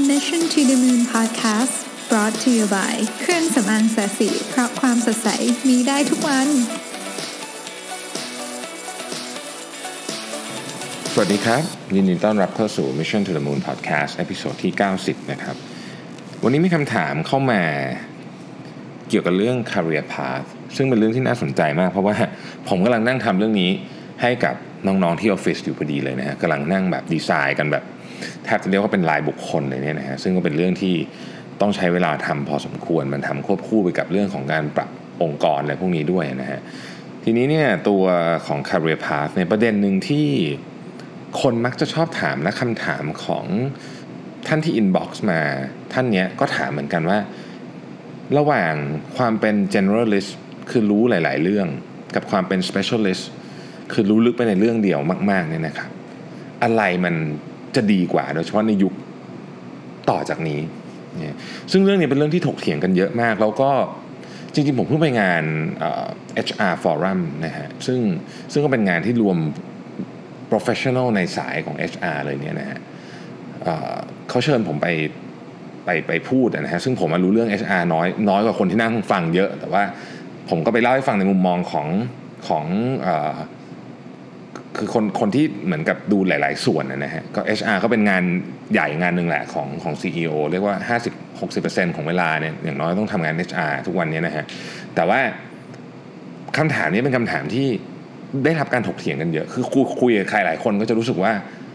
Mission to the Moon Podcast brought to you by เครื่องสำอางแสสีเพราะความสดใสมีได้ทุกวันสวัสดีครับยินดีต้อนรับเข้าสู่ Mission to the Moon Podcast ตอนที่90นะครับวันนี้มีคำถามเข้ามาเกี่ยวกับเรื่อง career path ซึ่งเป็นเรื่องที่น่าสนใจมากเพราะว่าผมกำลังนั่งทำเรื่องนี้ให้กับน้องๆที่ออฟฟิศอยู่พอดีเลยนะฮะกำลังนั่งแบบดีไซน์กันแบบแทบจะเรียกว่าเป็นรายบุคคลเลยเนี่ยนะฮะซึ่งก็เป็นเรื่องที่ต้องใช้เวลาทำพอสมควรมันทำควบคู่ไปกับเรื่องของการปรับองค์กรอะไรพวกนี้ด้วยนะฮะทีนี้เนี่ยตัวของ career path เนี่ยประเด็นหนึ่งที่คนมักจะชอบถามและคำถามของท่านที่ inbox มาท่านเนี้ยก็ถามเหมือนกันว่าระหว่างความเป็น generalist คือรู้หลายๆเรื่องกับความเป็น specialist คือรู้ลึกไปในเรื่องเดียวมากๆเนี่ยนะครับอะไรมันจะดีกว่าโดยเฉพาะในยุคต่อจากนี้เนี่ยซึ่งเรื่องนี้เป็นเรื่องที่ถกเถียงกันเยอะมากแล้วก็จริงๆผมเพิ่งไปงานHR Forum นะฮะซึ่งก็เป็นงานที่รวม professional ในสายของ HR เลยเนี่ยนะฮะเขาเชิญผมไปพูดนะฮะซึ่งผมรู้เรื่อง HR น้อยกว่าคนที่นั่งฟังเยอะแต่ว่าผมก็ไปเล่าให้ฟังในมุมมองของคือคนที่เหมือนกับดูหลายๆส่วนนะฮะก็ HR ก็เป็นงานใหญ่งานหนึ่งแหละของ CEO เรียกว่า 50-60% ของเวลาเนี่ยอย่างน้อยต้องทำงาน HR ทุกวันนี้นะฮะแต่ว่าคำถามนี้เป็นคำถามที่ได้รับการถกเถียงกันเยอะคือคุยกับใครหลายคนก็จะรู้สึกว่า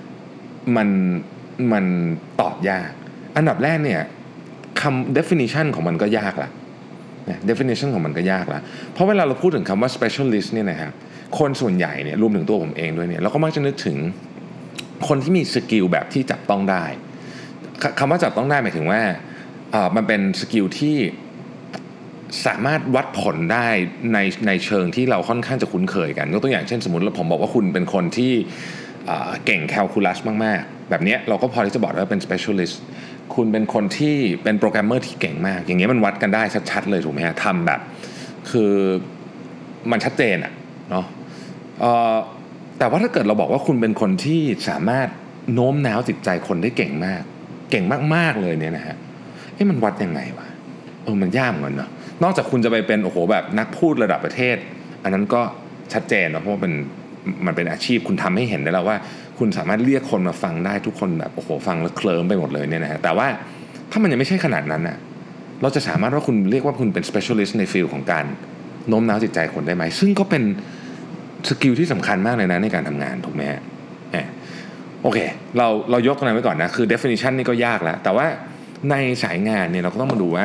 มันตอบยากอันดับแรกเนี่ยคำ definition ของมันก็ยากละ definition ของมันก็ยากละเพราะเวลาเราพูดถึงคำว่า specialist เนี่ยนะครับคนส่วนใหญ่เนี่ยรวมถึงตัวผมเองด้วยเนี่ยเราก็มักจะนึกถึงคนที่มีสกิลแบบที่จับต้องได้คำว่าจับต้องได้หมายถึงว่ามันเป็นสกิลที่สามารถวัดผลได้ในเชิงที่เราค่อนข้างจะคุ้นเคยกันยกตัวอย่างเช่นสมมติผมบอกว่าคุณเป็นคนที่เก่งแคลคูลัสมากๆแบบนี้เราก็พอที่จะบอกว่าเป็น specialist คุณเป็นคนที่เป็นโปรแกรมเมอร์ที่เก่งมากอย่างเงี้ยมันวัดกันได้ชัดๆเลยถูกไหมฮะทำแบบคือมันชัดเจนอะเนาะแต่ว่าถ้าเกิดเราบอกว่าคุณเป็นคนที่สามารถโน้มน้าวจิตใจคนได้เก่งมากเก่งมากๆเลยเนี่ยนะฮะมันวัดยังไงวะมันยากเหมือนกันเนาะนอกจากคุณจะไปเป็นโอ้โหแบบนักพูดระดับประเทศอันนั้นก็ชัดเจนนะเพราะว่ามันเป็นอาชีพคุณทำให้เห็นได้แล้วว่าคุณสามารถเรียกคนมาฟังได้ทุกคนแบบโอ้โหฟังแล้วเคลิ้มไปหมดเลยเนี่ยนะฮะแต่ว่าถ้ามันยังไม่ใช่ขนาดนั้นนะเราจะสามารถว่าคุณเรียกว่าคุณเป็น specialist ในฟิลของการโน้มน้าวจิตใจคนได้ไหมซึ่งก็เป็นสกิลที่สำคัญมากเลยนะในการทำงานถูกไหมฮะโอเคเรายกตรงนั้นไว้ก่อนนะคือ definition นี่ก็ยากแล้วแต่ว่าในสายงานเนี่ยเราก็ต้องมาดูว่า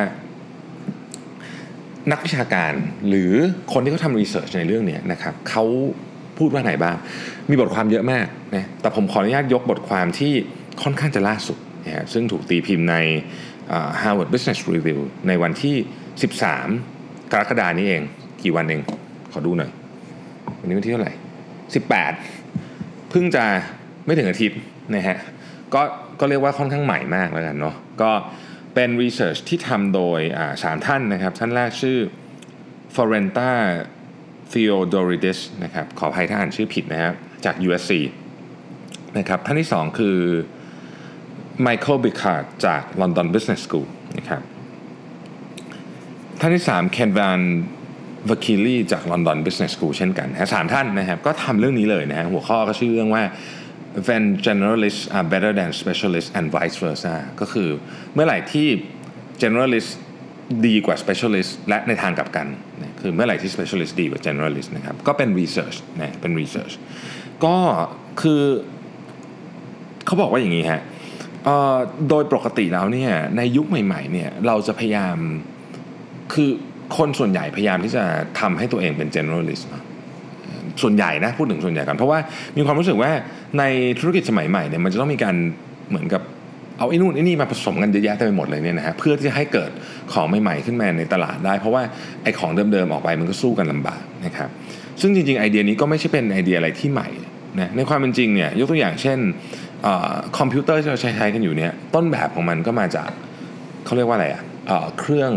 นักวิชาการหรือคนที่เขาทำรีเสิร์ชในเรื่องนี้นะครับเขาพูดว่าไหนบ้างมีบทความเยอะมากนะแต่ผมขออนุญาตยกบทความที่ค่อนข้างจะล่าสุดนะซึ่งถูกตีพิมพ์ในHarvard Business Review ในวันที่13กรกฎาคมนี้เองกี่วันเองขอดูหน่อยวันนี้วันที่เท่าไหร่18เพิ่งจะไม่ถึงอาทิตย์นะฮะก็เรียกว่าค่อนข้างใหม่มากแล้วกันเนาะก็เป็นรีเสิร์ชที่ทำโดย3ท่านนะครับท่านแรกชื่อ Florenta Theodoridis นะครับขออภัยถ้าอ่านชื่อผิดนะครับจาก USC นะครับท่านที่2คือ Michael Bicard จาก London Business School นะครับท่านที่3 Ken Van Vakili จาก London Business School เช่นกันนะ3ท่านนะครับก็ทำเรื่องนี้เลยนะฮะหัวข้อก็ชื่อเรื่องว่าWhen generalists are better than specialists and vice versa ก็คือเมื่อไหร่ที่ generalist ดีกว่า specialist และในทางกลับกันนะคือเมื่อไหร่ที่ specialist ดีกว่า generalist นะครับก็เป็น research นะเป็น research ก็คือเขาบอกว่าอย่างนี้ฮะโดยปกติแล้วเนี่ยในยุคใหม่ๆเนี่ยเราจะพยายามคือคนส่วนใหญ่พยายามที่จะทำให้ตัวเองเป็น generalistส่วนใหญ่นะพูดถึงส่วนใหญ่กันเพราะว่ามีความรู้สึกว่าในธุรกิจสมัยใหม่เนี่ยมันจะต้องมีการเหมือนกับเอาไอ้นู่นไอ้นี่มาผสมกันเยอะแยะเต็มไปหมดเลยเนี่ยนะฮะเพื่อที่จะให้เกิดของใหม่ๆขึ้นมาในตลาดได้เพราะว่าไอ้ของเดิมๆออกไปมันก็สู้กันลำบากนะครับซึ่งจริงๆไอเดียนี้ก็ไม่ใช่เป็นไอเดียอะไรที่ใหม่นะในความเป็นจริงเนี่ยยกตัวอย่างเช่นคอมพิวเตอร์ที่เราใช้กันอยู่เนี่ยต้นแบบของมันก็มาจากเขาเรียกว่าอะไรเครื่อง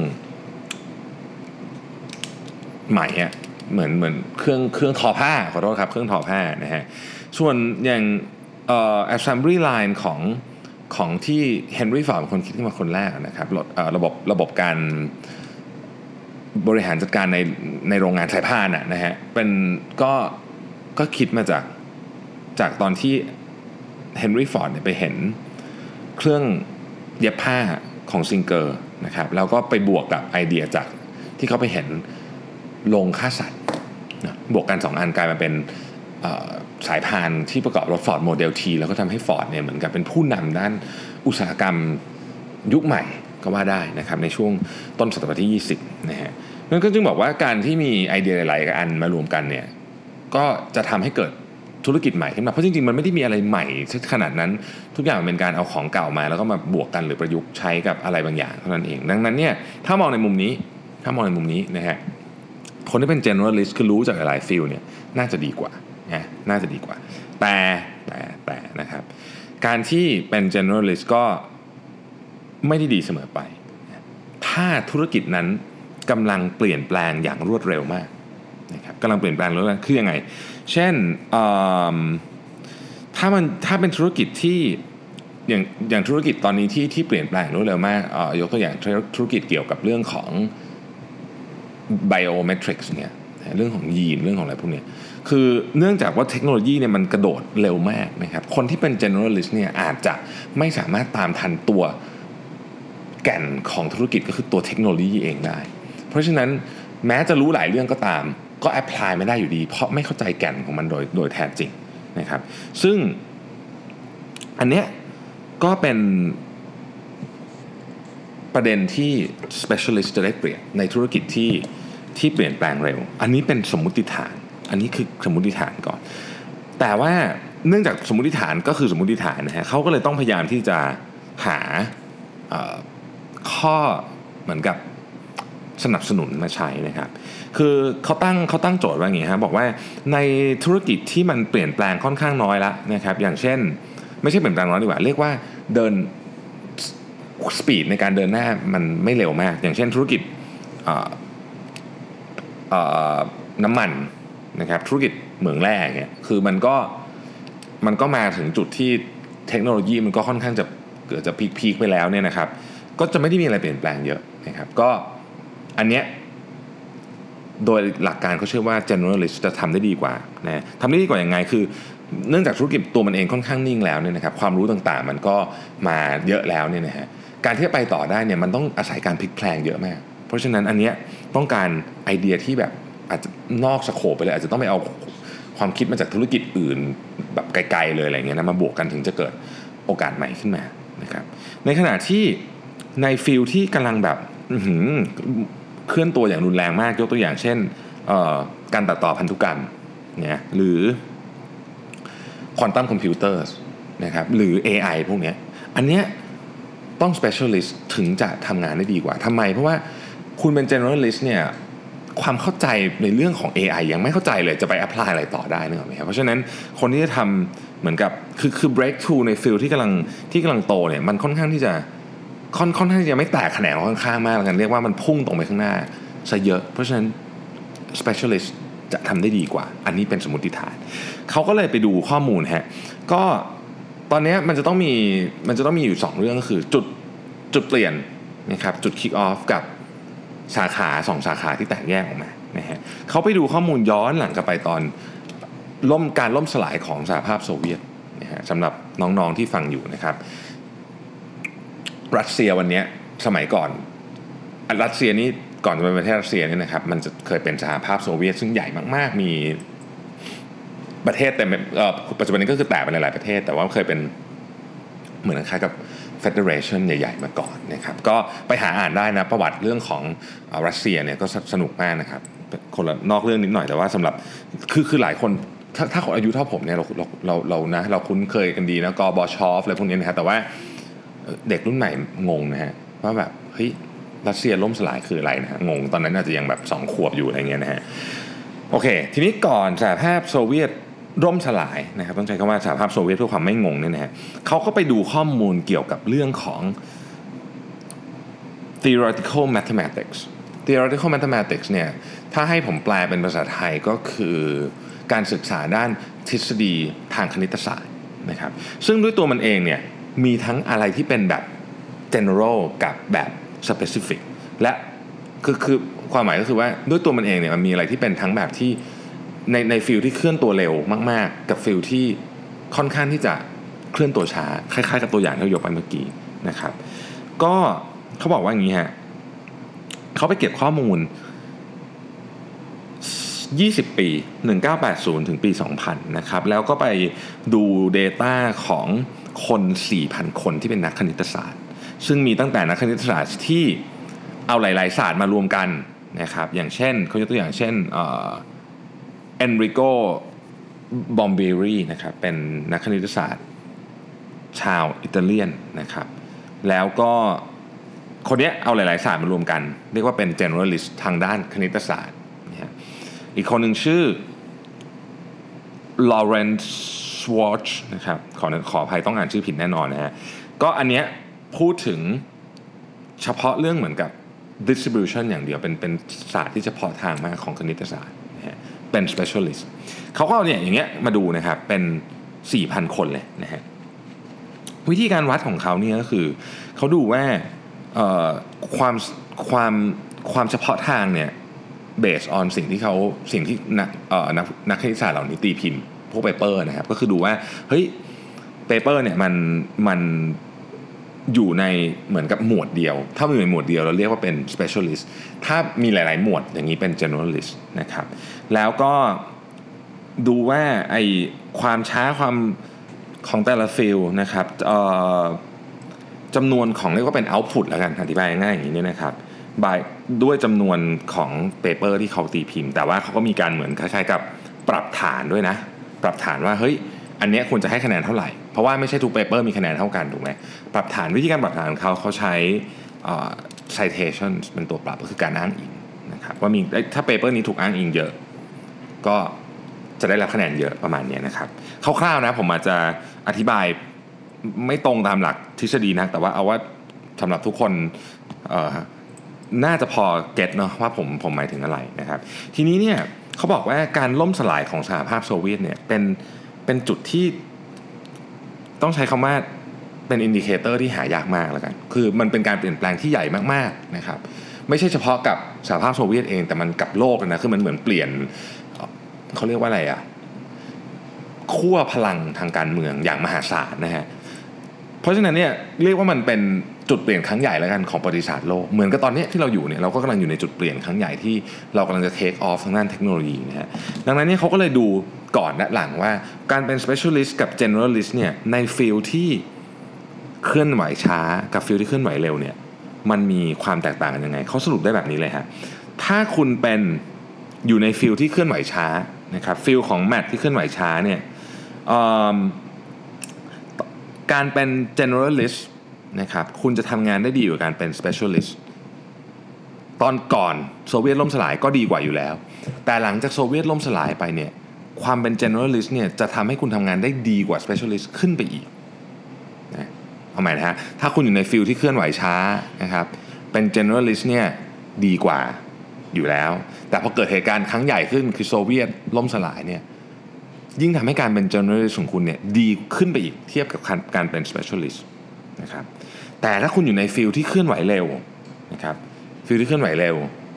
ใหม่อะเหมือนเครื่องทอผ้าขอโทษครับเครื่องทอผ้านะฮะส่วนอย่างassembly line ของของที่เฮนรี่ฟอร์ดเป็นคนคิดขึ้นมาคนแรกนะครับระบบการบริหารจัดการในโรงงานสายพานนะฮะเป็นก็คิดมาจากตอนที่เฮนรี่ฟอร์ดไปเห็นเครื่องเย็บผ้าของซิงเกอร์นะครับแล้วก็ไปบวกกับไอเดียจากที่เขาไปเห็นโรงฆ่าสัตว์นะบวกกัน2อันกลายมาเป็นสายพานที่ประกอบรถ Ford Model T แล้วก็ทำให้ Ford เนี่ยเหมือนกับเป็นผู้นำด้านอุตสาหกรรมยุคใหม่ก็ว่าได้นะครับในช่วงต้นศตวรรษที่20นะฮะนั่นก็จึงบอกว่าการที่มีไอเดียหลายๆอันมารวมกันเนี่ยก็จะทำให้เกิดธุรกิจใหม่ขึ้นมาเพราะจริงๆมันไม่ได้มีอะไรใหม่ขนาดนั้นทุกอย่างมันเป็นการเอาของเก่ามาแล้วก็มาบวกกันหรือประยุกต์ใช้กับอะไรบางอย่างเท่านั้นเองดังนั้นเนี่ยถ้ามองในมุมนี้นะฮะคนที่เป็น generalist คือรู้จากหลายฟิลเนี่ยน่าจะดีกว่าน่าจะดีกว่าแต่นะครับการที่เป็น generalist ก็ไม่ได้ดีเสมอไปถ้าธุรกิจนั้นกำลังเปลี่ยนแปลงอย่างรวดเร็วมากนะครับกำลังเปลี่ยนแปลงรวดเร็วคือยังไงเช่นถ้าเป็นธุรกิจที่อย่างธุรกิจตอนนี้ที่เปลี่ยนแปลงรวดเร็วมากยกตัวอย่างธุรกิจเกี่ยวกับเรื่องของ biometrics เนี่ยเรื่องของยีนเรื่องของอะไรพวกนี้คือเนื่องจากว่าเทคโนโลยีเนี่ยมันกระโดดเร็วมากนะครับคนที่เป็น generalist เนี่ยอาจจะไม่สามารถตามทันตัวแก่นของธุรกิจก็คือตัวเทคโนโลยีเองได้เพราะฉะนั้นแม้จะรู้หลายเรื่องก็ตามก็แอพพลายไม่ได้อยู่ดีเพราะไม่เข้าใจแก่นของมันโดยแท้จริงนะครับซึ่งอันเนี้ยก็เป็นประเด็นที่ specialist จะได้เปรียบในธุรกิจที่เปลี่ยนแปลงเร็วอันนี้เป็นสมมุติฐานอันนี้คือสมมุติฐานก่อนแต่ว่าเนื่องจากสมมุติฐานก็คือสมมุติฐานนะฮะเขาก็เลยต้องพยายามที่จะหาข้อเหมือนกับสนับสนุนมาใช้นะครับคือเขาตั้งโจทย์ว่าอย่างนี้ครับบอกว่าในธุรกิจที่มันเปลี่ยนแปลงค่อนข้างน้อยแล้วนะครับอย่างเช่นไม่ใช่เปลี่ยนแปลงน้อยดีกว่าเรียกว่าเดินสปีดในการเดินหน้ามันไม่เร็วมากอย่างเช่นธุรกิจน้ำมันนะครับธุรกิจเหมืองแร่เนี่ยคือมันก็มาถึงจุดที่เทคโนโลยีมันก็ค่อนข้างจะเกิดจะพีคไปแล้วเนี่ยนะครับก็จะไม่ได้มีอะไรเปลี่ยนแปลงเยอะนะครับก็อันเนี้ยโดยหลักการเขาเชื่อว่า generalist จะทำได้ดีกว่านะทำได้ดีกว่ายังไงคือเนื่องจากธุรกิจตัวมันเองค่อนข้างนิ่งแล้วเนี่ยนะครับความรู้ต่างๆมันก็มาเยอะแล้วเนี่ยนะฮะการที่จะไปต่อได้เนี่ยมันต้องอาศัยการพลิกแพลงเยอะมากเพราะฉะนั้นอันเนี้ยต้องการไอเดียที่แบบอาจจะนอกสโคปไปเลยอาจจะต้องไปเอาความคิดมาจากธุรกิจอื่นแบบไกลๆเลยอะไรเงี้ยนะมาบวกกันถึงจะเกิดโอกาสใหม่ขึ้นมานะครับในขณะที่ในฟิลที่กำลังแบบเคลื่อนตัวอย่างรุนแรงมากยกตัวอย่างเช่นการตัดต่อพันธุกรรมเนี่ยหรือควอนตัมคอมพิวเตอร์นะครับหรือ AI พวกนี้อันเนี้ยต้อง specialist ถึงจะทำงานได้ดีกว่าทำไมเพราะว่าคุณเป็น generalist เนี่ยความเข้าใจในเรื่องของ AI ยังไม่เข้าใจเลยจะไป apply อะไรต่อได้นึกออกไหมครับเพราะฉะนั้นคนที่จะทำเหมือนกับคือ breakthrough ใน field ที่กำลังโตเนี่ยมันค่อนข้างที่จะไม่แตกแขนงข้างๆมากกันเรียกว่ามันพุ่งตรงไปข้างหน้าซะเยอะเพราะฉะนั้น specialist จะทำได้ดีกว่าอันนี้เป็นสมมติฐานเขาก็เลยไปดูข้อมูลฮะก็ตอนนี้มันจะต้องมีอยู่2เรื่องก็คือจุดเปลี่ยนนะครับจุด kick off กับสาขา2สาขาที่แตกแยกออกมานะฮะเขาไปดูข้อมูลย้อนหลังกลับไปตอนการล่มสลายของสหภาพโซเวียตนะฮะสำหรับน้องๆที่ฟังอยู่นะครับรัสเซียวันนี้สมัยก่อนรัสเซียนี่ก่อนจะเป็นประเทศรัสเซียนี่นะครับมันจะเคยเป็นสหภาพโซเวียตซึ่งใหญ่มากๆมีประเทศแต่ปัจจุบันนี้ก็คือแตกไปหลายประเทศแต่ว่าเคยเป็นเหมือนคล้ายกับ Federation ใหญ่ๆมาก่อนนะครับก็ไปหาอ่านได้นะประวัติเรื่องของรัสเซียเนี่ยก็สนุกมากนะครับคนละนอกเรื่องนิดหน่อยแต่ว่าสำหรับคือหลายคนถ้าคนอายุเท่าผมเนี่ยเราคุ้นเคยกันดีนะกบชอะไรพวกนี้นะครับแต่ว่าเด็กรุ่นใหม่งงนะฮะว่าแบบเฮ้ยรัสเซียล่มสลายคืออะไรนะฮะงงตอนนั้นอาจจะยังแบบ2 ขวบอยู่อะไรเงี้ยนะฮะโอเคทีนี้ก่อนสหภาพโซเวียตร่มสลายนะครับต้องใช้คำว่าสหภาพโซเวียตเพื่อความไม่งงเนี่ยนะฮะเขาก็ไปดูข้อมูลเกี่ยวกับเรื่องของ theoretical mathematics เนี่ยถ้าให้ผมแปลเป็นภาษาไทยก็คือการศึกษาด้านทฤษฎีทางคณิตศาสตร์นะครับซึ่งด้วยตัวมันเองเนี่ยมีทั้งอะไรที่เป็นแบบ general กับแบบ specific และคือความหมายก็คือว่าด้วยตัวมันเองเนี่ยมันมีอะไรที่เป็นทั้งแบบที่ในฟิลที่เคลื่อนตัวเร็วมากๆกับฟิลที่ค่อนข้างที่จะเคลื่อนตัวช้าคล้ายๆกับตัวอย่างที่เรายกไปเมื่อกี้นะครับก็เขาบอกว่าอย่างนี้ฮะเขาไปเก็บข้อมูล20 ปี 1980 ถึงปี 2000 นะครับแล้วก็ไปดู data ของคน 4,000 คนที่เป็นนักคณิตศาสตร์ซึ่งมีตั้งแต่นักคณิตศาสตร์ที่เอาหลายๆศาสตร์มารวมกันนะครับอย่างเช่นเขายกตัวอย่างเช่นเอนริโก บอมเบรีนะครับเป็นนักคณิตศาสตร์ชาวอิตาเลียนนะครับแล้วก็คนนี้เอาหลายๆศาสตร์มารวมกันเรียกว่าเป็น generalist ทางด้านคณิตศาสตร์นะอีกคนหนึ่งชื่อ Lawrence Schwartz นะครับขออภัยต้องอ่านชื่อผิดแน่นอนนะฮะก็อันเนี้ยพูดถึงเฉพาะเรื่องเหมือนกับ distribution อย่างเดียวเป็นศาสตร์ที่เฉพาะทางมากของคณิตศาสตร์นะฮะเป็น specialist เขาก็เอาเนี่ยอย่างเงี้ยมาดูนะครับเป็น 4,000 คนเลยนะฮะวิธีการวัดของเขาเนี่ยก็คือเขาดูว่าความเฉพาะทางเนี่ย based on สิ่งที่นักคณิตศาสตร์เหล่านี้ตีพิมพ์พวกเปเปอร์นะครับก็คือดูว่าเฮ้ยเปเปอร์เนี่ยมันอยู่ในเหมือนกับหมวดเดียวถ้ามันอยู่ในหมวดเดียวเราเรียกว่าเป็น specialist ถ้ามีหลายๆหมวดอย่างนี้เป็น generalist นะครับแล้วก็ดูว่าไอ้ความช้าความของแต่ละฟิลนะครับจำนวนของเรียกว่าเป็น output แล้วกันอธิบายง่ายอย่างนี้นะครับด้วยจำนวนของเปเปอร์ที่เขาตีพิมพ์แต่ว่าเขาก็มีการเหมือนคล้ายๆกับปรับฐานด้วยนะปรับฐานว่าเฮ้ยอันนี้ควรจะให้คะแนนเท่าไหร่เพราะว่าไม่ใช่ทุกเปเปอร์มีคะแนนเท่ากันถูกไหมปรับฐานวิธีการปรับฐานของเขาใช้citation เป็นตัวปรับก็คือการอ้างอิงนะครับว่ามีถ้าเปเปอร์นี้ถูกอ้างอิงเยอะก็จะได้รับคะแนนเยอะประมาณนี้นะครับคร่าวๆนะผมอาจจะอธิบายไม่ตรงตามหลักทฤษฎีนะแต่ว่าเอาว่าสำหรับทุกคนน่าจะพอเก็ตเนาะว่าผมหมายถึงอะไรนะครับทีนี้เนี่ยเขาบอกว่าการล่มสลายของสหภาพโซเวียตเนี่ยเป็นจุดที่ต้องใช้คำว่าเป็นอินดิเคเตอร์ที่หายากมากแล้วกันคือมันเป็นการเปลี่ยนแปลงที่ใหญ่มากๆนะครับไม่ใช่เฉพาะกับสหภาพโซเวียตเองแต่มันกับโลกนะคือมันเหมือนเปลี่ยนเขาเรียกว่าอะไรอะขั้วพลังทางการเมืองอย่างมหาศาลนะฮะเพราะฉะนั้นเนี่ยเรียกว่ามันเป็นจุดเปลี่ยนครั้งใหญ่แล้วกันของประวัติศาสตร์โลกเหมือนกับตอนนี้ที่เราอยู่เนี่ยเราก็กำลังอยู่ในจุดเปลี่ยนครั้งใหญ่ที่เรากำลังจะ take off ทางด้านเทคโนโลยีนะฮะดังนั้นเนี่ยเขาก็เลยดูก่อนและหลังว่าการเป็น specialist กับ generalist เนี่ยในฟิลที่เคลื่อนไหวช้ากับฟิลที่เคลื่อนไหวเร็วเนี่ยมันมีความแตกต่างกันยังไงเขาสรุปได้แบบนี้เลยฮะถ้าคุณเป็นอยู่ในฟิลที่เคลื่อนไหวช้านะครับฟิลของแมทที่เคลื่อนไหวช้าเนี่ยการเป็น generalist นะครับคุณจะทำงานได้ดีกว่าการเป็น specialist ตอนก่อนโซเวียตล่มสลายก็ดีกว่าอยู่แล้วแต่หลังจากโซเวียตล่มสลายไปเนี่ยความเป็น generalist เนี่ยจะทำให้คุณทำงานได้ดีกว่า specialist ขึ้นไปอีกนะเอาใหม่นะฮะถ้าคุณอยู่ในฟิลที่เคลื่อนไหวช้านะครับเป็น generalist เนี่ยดีกว่าอยู่แล้วแต่พอเกิดเหตุการณ์ครั้งใหญ่ขึ้นคือโซเวียตล่มสลายเนี่ยยิ่งทำให้การเป็น generalist ของคุณเนี่ยดีขึ้นไปอีกเทียบกับการเป็น specialist นะครับแต่ถ้าคุณอยู่ในฟิลที่เคลื่อนไหวเร็วนะครับฟิลที่เคลื่อนไหวเร็ว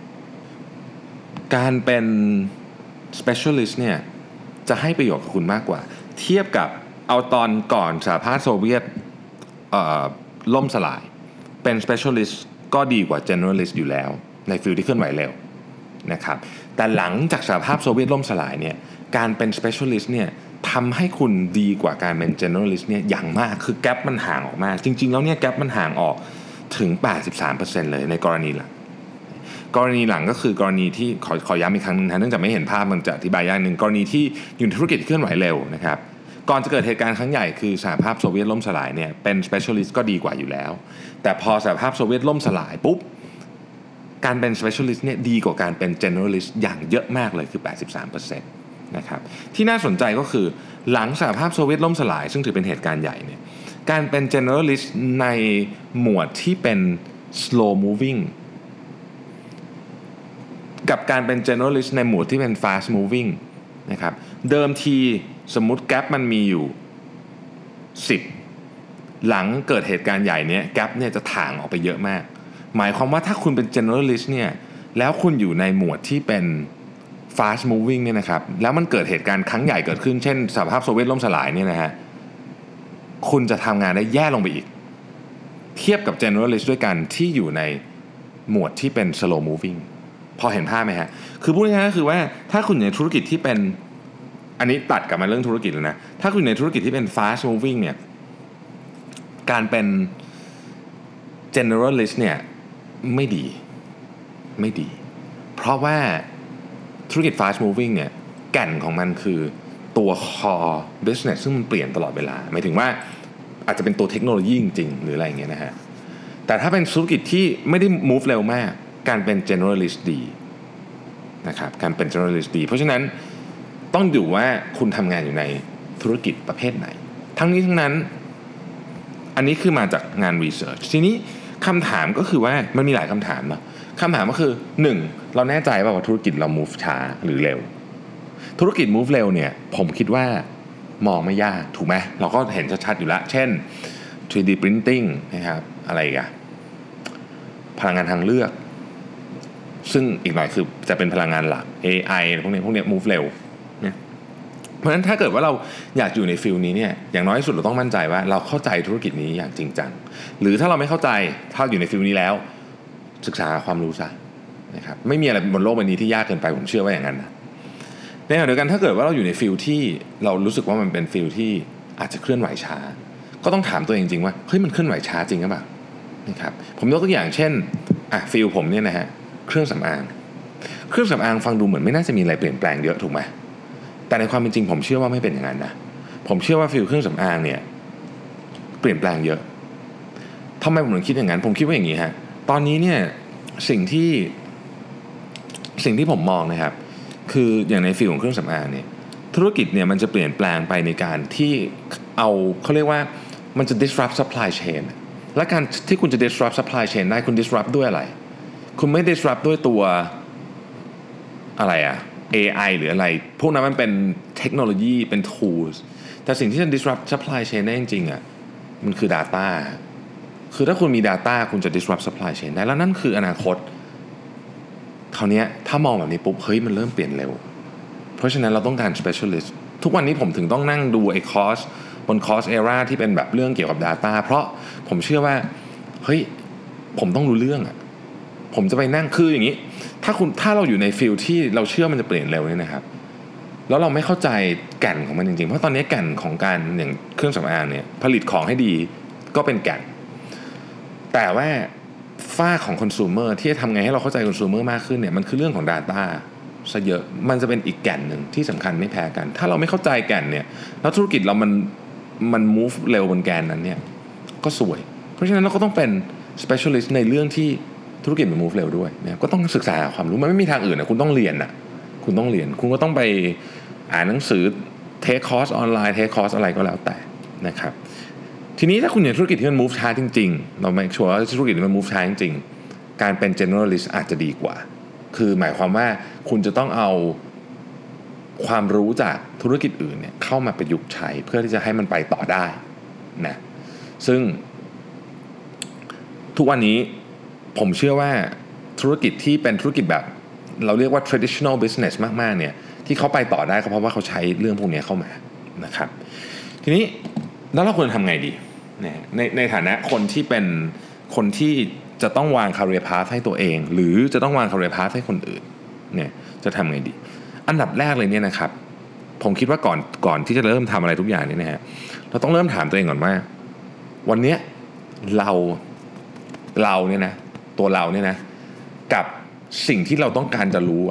การเป็น specialist เนี่ยจะให้ประโยชน์กับคุณมากกว่าเทียบกับเอาตอนก่อนสหภาพโซเวียตล่มสลายเป็น specialist ก็ดีกว่า generalist อยู่แล้วในฟิลที่เคลื่อนไหวเร็วนะครับแต่หลังจากสหภาพโซเวียตล่มสลายเนี่ยการเป็น specialist เนี่ยทำให้คุณดีกว่าการเป็น generalist เนี่ยอย่างมากคือแกปมันห่างออกมากจริงๆแล้วเนี่ยแกปมันห่างออกถึง 83% เลยในกรณีหลังก็คือกรณีที่ขอย้ำอีกครั้งนึงนะเนื่องจากไม่เห็นภาพมันจะอธิบายยากนึงกรณีที่อยู่ในธุรกิจเคลื่อนไหวเร็วนะครับก่อนจะเกิดเหตุการณ์ครั้งใหญ่คือสหภาพโซเวียตล่มสลายเนี่ยเป็น specialist ก็ดีกว่าอยู่แล้วแต่พอสหภาพโซเวียตล่มสลายปุ๊บการเป็น specialist เนี่ยดีกว่าการเป็น generalist อย่างเยอะมากเลยคือ 83%นะครับที่น่าสนใจก็คือหลังสหภาพโซเวียตล่มสลายซึ่งถือเป็นเหตุการณ์ใหญ่เนี่ยการเป็น generalist ในหมวดที่เป็น slow moving กับการเป็น generalist ในหมวดที่เป็น fast moving นะครับเดิมทีสมมุติแกปมันมีอยู่10 หลังเกิดเหตุการณ์ใหญ่เนี้ยแกปเนี่ยจะถ่างออกไปเยอะมากหมายความว่าถ้าคุณเป็น generalist เนี่ยแล้วคุณอยู่ในหมวดที่เป็น fast moving เนี่ยนะครับแล้วมันเกิดเหตุการณ์ครั้งใหญ่เกิดขึ้นเช่นสหภาพโซเวียตล่มสลายเนี่ยนะฮะคุณจะทำงานได้แย่ลงไปอีกเทียบกับ generalist ด้วยกันที่อยู่ในหมวดที่เป็น slow moving พอเห็นภาพไหมฮะคือพูดง่ายๆก็คือว่าถ้าคุณอยู่ในธุรกิจที่เป็นอันนี้ตัดกลับมาเรื่องธุรกิจแล้วนะถ้าคุณอยู่ในธุรกิจที่เป็น fast moving เนี่ยการเป็น generalist เนี่ยไม่ดีเพราะว่าธุรกิจ fast moving เนี่ยแก่นของมันคือตัว core business ซึ่งมันเปลี่ยนตลอดเวลาหมายถึงว่าอาจจะเป็นตัวเทคโนโลยีจริงๆหรืออะไรอย่างเงี้ยนะฮะแต่ถ้าเป็นธุรกิจที่ไม่ได้ move เร็วมากการเป็น generalist ดีนะครับการเป็น generalist ดีเพราะฉะนั้นต้องดูว่าคุณทำงานอยู่ในธุรกิจประเภทไหนทั้งนี้ทั้งนั้นอันนี้คือมาจากงาน research ทีนี้คำถามก็คือว่ามันมีหลายคำถามเนาะคำถามก็คือ 1. เราแน่ใจว่าธุรกิจเรา move ช้าหรือเร็วธุรกิจ move เร็วเนี่ยผมคิดว่ามองไม่ยากถูกไหมเราก็เห็นชัดๆอยู่แล้วเช่น 3D printing นะครับอะไรกันพลังงานทางเลือกซึ่งอีกหน่อยคือจะเป็นพลังงานหลัก AI พวกนี้ move เร็วเนี่ยเพราะฉะนั้นถ้าเกิดว่าเราอยากอยู่ในฟิลนี้เนี่ยอย่างน้อยที่สุดเราต้องมั่นใจว่าเราเข้าใจธุรกิจนี้อย่างจริงจังหรือถ้าเราไม่เข้าใจถ้าอยู่ในฟิลนี้แล้วศึกษาความรู้ซะนะครับไม่มีอะไรบนโลกใบนี้ที่ยากเกินไปผมเชื่อว่าอย่างนั้นนะในขณะเดียวกันถ้าเกิดว่าเราอยู่ในฟิลที่เรารู้สึกว่ามันเป็นฟิลที่อาจจะเคลื่อนไหวช้าก็ต้องถามตัวเองจริงว่าเฮ้ยมันเคลื่อนไหวช้าจริงหรือเปล่านะครับผมยกตัวอย่างเช่นฟิลผมเนี่ยนะฮะเครื่องสำอางฟังดูเหมือนไม่น่าจะมีอะไรเปลี่ยนแปลงเยอะถูกไหมแต่ในความเป็นจริงผมเชื่อว่าไม่เป็นอย่างนั้นนะผมเชื่อว่าฟิลเครื่องสำอางเนี่ยเปลี่ยนแปลงเยอะทำไมผมถึงคิดอย่างนั้นผมคิดว่าอย่างนี้ฮะตอนนี้เนี่ยสิ่งที่ผมมองนะครับคืออย่างในฟิลของเครื่องสำอางเนี่ยธุรกิจเนี่ยมันจะเปลี่ยนแปลงไปในการที่เขาเรียกว่ามันจะ disrupt supply chain และการที่คุณจะ disrupt supply chain ได้คุณ disrupt ด้วยอะไรคุณไม่ disrupt ด้วยตัวอะไรAI หรืออะไรพวกนั้นมันเป็นเทคโนโลยีเป็น tools แต่สิ่งที่จะ disrupt supply chain ได้จริงๆมันคือ data คือถ้าคุณมี data คุณจะ disrupt supply chain ได้แล้วนั่นคืออนาคตคราวนี้ถ้ามองแบบนี้ปุ๊บเฮ้ยมันเริ่มเปลี่ยนเร็วเพราะฉะนั้นเราต้องการ specialist ทุกวันนี้ผมถึงต้องนั่งดูไอ้คอร์สบนคอร์ส ERA ที่เป็นแบบเรื่องเกี่ยวกับ data เพราะผมเชื่อว่าเฮ้ยผมต้องรู้เรื่องผมจะไปนั่งคืออย่างนี้ถ้าเราอยู่ในฟิลที่เราเชื่อมันจะเปลี่ยนเร็วเนี่ยนะครับแล้วเราไม่เข้าใจแก่นของมันจริงๆเพราะตอนนี้แก่นของการอย่างเครื่องสำอางเนี่ยผลิตของให้ดีก็เป็นแก่นแต่ว่าฝ้าของคอน sumer ที่จะทำไงให้เราเข้าใจคอน sumer มากขึ้นเนี่ยมันคือเรื่องของ data ซะเยอะมันจะเป็นอีกแก่นหนึ่งที่สำคัญไม่แพ้กันถ้าเราไม่เข้าใจแก่นเนี่ยแล้วธุรกิจเรามัน move เร็วบนแกนนั้นเนี่ยก็สวยเพราะฉะนั้นเราก็ต้องเป็น specialist ในเรื่องที่ธุรกิจมัน move เร็วด้วยนะก็ต้องศึกษาความรู้มันไม่มีทางอื่นคุณต้องเรียนคุณก็ต้องไปอ่านหนังสือ take course ออนไลน์ take course อะไรก็แล้วแต่นะครับทีนี้ถ้าคุณอยู่ในธุรกิจที่มัน move ช้าจริงๆเรา make sure ว่าธุรกิจมัน move ช้าจริงๆการเป็น generalist อาจจะดีกว่าคือหมายความว่าคุณจะต้องเอาความรู้จากธุรกิจอื่นเนี่ยเข้ามาประยุกต์ใช้เพื่อที่จะให้มันไปต่อได้นะซึ่งทุกวันนี้ผมเชื่อว่าธุรกิจที่เป็นธุรกิจแบบเราเรียกว่า traditional business มากๆเนี่ยที่เขาไปต่อได้ก็เพราะว่าเขาใช้เรื่องพวกนี้เข้ามานะครับทีนี้แล้วเราควรทำไงดีในฐานะคนที่เป็นคนที่จะต้องวาง career path ให้ตัวเองหรือจะต้องวาง career path ให้คนอื่นเนี่ยจะทำไงดีอันดับแรกเลยเนี่ยนะครับผมคิดว่าก่อนที่จะเริ่มทำอะไรทุกอย่างเนี่ยนะฮะเราต้องเริ่มถามตัวเองก่อนว่าวันนี้เราเนี่ยนะตัวเราเนี่ยนะกับสิ่งที่เราต้องการจะรู้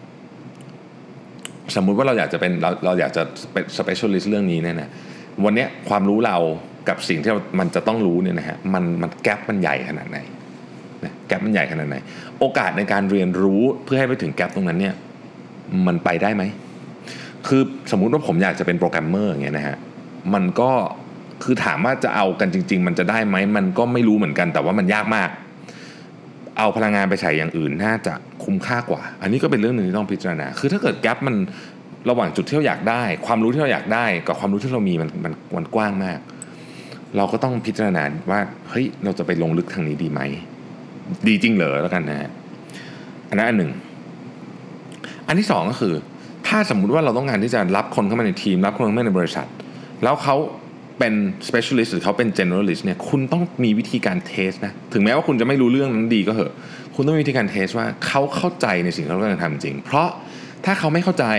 สมมุติว่าเราอยากจะเป็นเราอยากจะเป็น specialist เรื่องนี้เนี่ยนะวันนี้ความรู้เรากับสิ่งที่มันจะต้องรู้เนี่ยนะฮะมันแกปมันใหญ่ขนาดไหนนะแกปมันใหญ่ขนาดไหนโอกาสในการเรียนรู้เพื่อให้ไปถึงแกปตรงนั้นเนี่ยมันไปได้ไหมคือสมมุติว่าผมอยากจะเป็นโปรแกรมเมอร์อย่างเงี้ยนะฮะมันก็คือถามว่าจะเอากันจริงๆมันจะได้ไหมมันก็ไม่รู้เหมือนกันแต่ว่ามันยากมากเอาพลังงานไปใช้อย่างอื่นน่าจะคุ้มค่ากว่าอันนี้ก็เป็นเรื่องนึงที่ต้องพิจารณาคือถ้าเกิดแกปมันระหว่างจุดที่เราอยากได้ความรู้ที่เราอยากได้กับความรู้ที่เรามีมันกว้างมากเราก็ต้องพิจารณาว่าเฮ้ยเราจะไปลงลึกทางนี้ดีไหมดีจริงเหรอแล้วกันนะอันนั้นอันหนึ่งอันที่สองก็คือถ้าสมมุติว่าเราต้องการที่จะรับคนเข้ามาในทีมรับคนเข้ามาในบริษัทแล้วเขาเป็น specialist หรือเขาเป็น generalist เนี่ยคุณต้องมีวิธีการเทสนะถึงแม้ว่าคุณจะไม่รู้เรื่องนั้นดีก็เหอะคุณต้องมีวิธีการเทสว่าเขาเข้าใจในสิ่งที่เขากำลังทำจริงเพราะถ้าเขาไม่เข้าใจ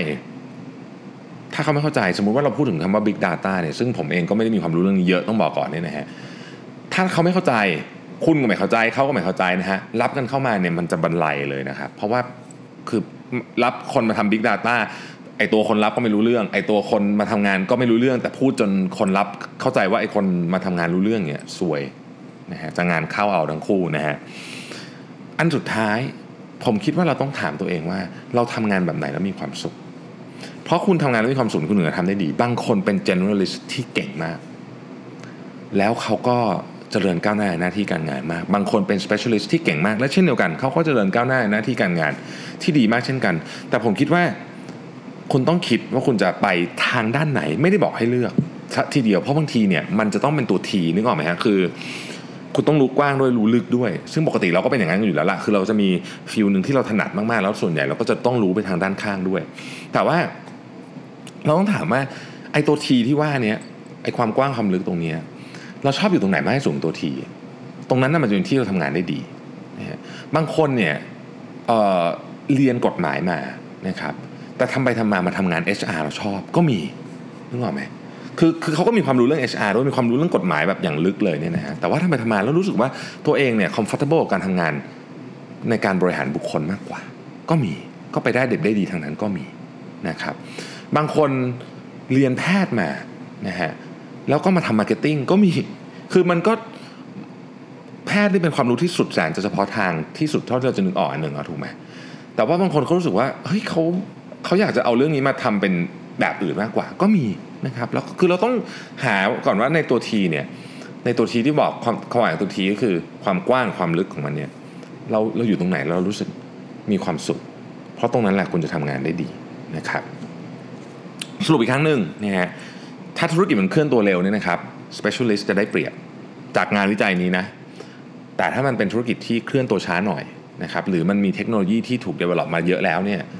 สมมุติว่าเราพูดถึงคำว่า big data เนี่ยซึ่งผมเองก็ไม่ได้มีความรู้เรื่องนี้เยอะต้องบอกก่อนเนี่ยนะฮะถ้าเขาไม่เข้าใจคุณก็ไม่เข้าใจเขาก็ไม่เข้าใจนะฮะรับกันเข้ามาเนี่ยมันจะบรรลัยเลยนะครับเพราะว่าคือรับคนมาทำ big data ไอตัวคนรับก็ไม่รู้เรื่องไอตัวคนมาทำงานก็ไม่รู้เรื่องแต่พูดจนคนรับเข้าใจว่าไอคนมาทำงานรู้เรื่องเนี่ยซวยนะฮะจะงานเข้าเอาทั้งคู่นะฮะอันสุดท้ายผมคิดว่าเราต้องถามตัวเองว่าเราทำงานแบบไหนแล้วมีความสุขเพราะคุณทำงานแล้วมีความสุขคุณถึงจะทำได้ดีบางคนเป็น generalist ที่เก่งมากแล้วเขาก็เจริญก้าวหน้าในหน้าที่การงานมากบางคนเป็น specialist ที่เก่งมากและเช่นเดียวกันเขาก็เจริญก้าวหน้าในหน้าที่การงานที่ดีมากเช่นกันแต่ผมคิดว่าคุณต้องคิดว่าคุณจะไปทางด้านไหนไม่ได้บอกให้เลือกทีเดียวเพราะบางทีเนี่ยมันจะต้องเป็นตัวทีนึกออกไหมฮะคือคุณต้องรู้กว้างด้วยรู้ลึกด้วยซึ่งปกติเราก็เป็นอย่างนั้นอยู่แล้วล่ะคือเราจะมีฟิลนึงที่เราถนัดมากๆแล้วส่วนใหญ่เราก็จะต้องรู้ไปทางด้านข้างด้วยแต่ว่าเราต้องถามว่าไอ้ตัวทีที่ว่านี้ไอ้ความกว้างความลึกตรงนี้เราชอบอยู่ตรงไหนมากที่สุดตัวทีตรงนั้นน่ะมันจะเป็นที่เราทำงานได้ดีนะฮะบางคนเนี่ยเรียนกฎหมายมานะครับแต่ทำไปทำมาทำงาน HR เราชอบก็มีนึกออกไหมคือเขาก็มีความรู้เรื่อง HR ด้วยมีความรู้เรื่องกฎหมายแบบอย่างลึกเลยเนี่ยนะฮะแต่ว่าทำไปทำมาแล้วรู้สึกว่าตัวเองเนี่ย comfortable กับการทำงานในการบริหารบุคคลมากกว่าก็มีก็ไปได้เด็ดได้ดีทางนั้นก็มีนะครับบางคนเรียนแพทย์มานะฮะแล้วก็มาทำมาร์เก็ตติ้งก็มีคือมันก็แพทย์นี่เป็นความรู้ที่สุดแสนจะเฉพาะทางที่สุดเท่าที่เราจะนึกออกอันหนึ่งถูกไหมแต่ว่าบางคนเขารู้สึกว่าเฮ้ยเขาอยากจะเอาเรื่องนี้มาทำเป็นแบบอื่นมากกว่าก็มีนะครับแล้วคือเราต้องหาก่อนว่าในตัวทีเนี่ยในตัวทีที่บอกความหมายของตัวทีก็คือความกว้างความลึกของมันเนี่ยเราอยู่ตรงไหนเรารู้สึกมีความสุขเพราะตรงนั้นแหละคุณจะทำงานได้ดีนะครับสรุปอีกครั้งหนึ่งนะฮะถ้าธุรกิจมันเคลื่อนตัวเร็วเนี่ยนะครับ specialist จะได้เปรียบจากงานวิจัยนี้นะแต่ถ้ามันเป็นธุรกิจที่เคลื่อนตัวช้าหน่อยนะครับหรือมันมีเทคโนโลยีที่ถูก develop มาเยอะแล้วเนี่ย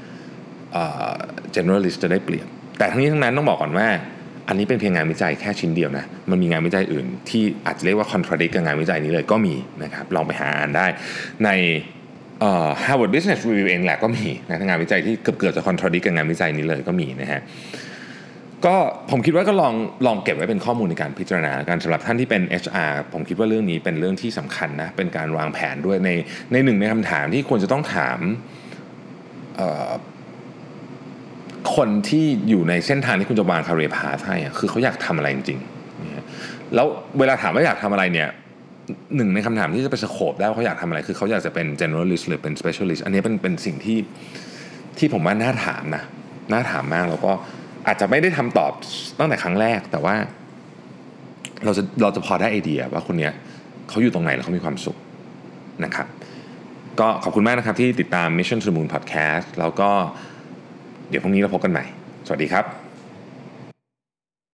generalist จะได้เปรียบแต่ทั้งนี้ทั้งนั้นต้องบอกก่อนว่าอันนี้เป็นเพียงงานวิจัยแค่ชิ้นเดียวนะมันมีงานวิจัยอื่นที่อาจจะเรียกว่า contradict กับงานวิจัยนี้เลยก็มีนะครับลองไปหาอ่านได้ในHarvard Business Review เองแหละก็มีนะงานวิจัยที่เกือบจะ contradict กับงานวิจัยนี้เลยก็มีนะฮะก็ผมคิดว่าก็ลองเก็บไว้เป็นข้อมูลในการพิจารณาการสำหรับท่านที่เป็น HR ผมคิดว่าเรื่องนี้เป็นเรื่องที่สำคัญนะเป็นการวางแผนด้วยในหนึ่งในคำถามที่ควรจะต้องถามคนที่อยู่ในเส้นทางที่คุณจะวาง career path ให้คือเขาอยากทำอะไรจริงๆแล้วเวลาถามว่าอยากทำอะไรเนี่ยหนึ่งในคำถามที่จะไปสโคปได้ว่าเขาอยากทำอะไรคือเขาอยากจะเป็น generalist หรือเป็น specialist อันนี้เป็นสิ่งที่ผมว่าน่าถามนะน่าถามมากแล้วก็อาจจะไม่ได้ทำตอบตั้งแต่ครั้งแรกแต่ว่าเราจะพอได้ไอเดียว่าคนเนี้ยเขาอยู่ตรงไหนแล้วเขามีความสุขนะครับก็ขอบคุณมากนะครับที่ติดตาม Mission to the Moon Podcast แล้วก็เดี๋ยวพรุ่งนี้เราพบกันใหม่สวัสดีครับ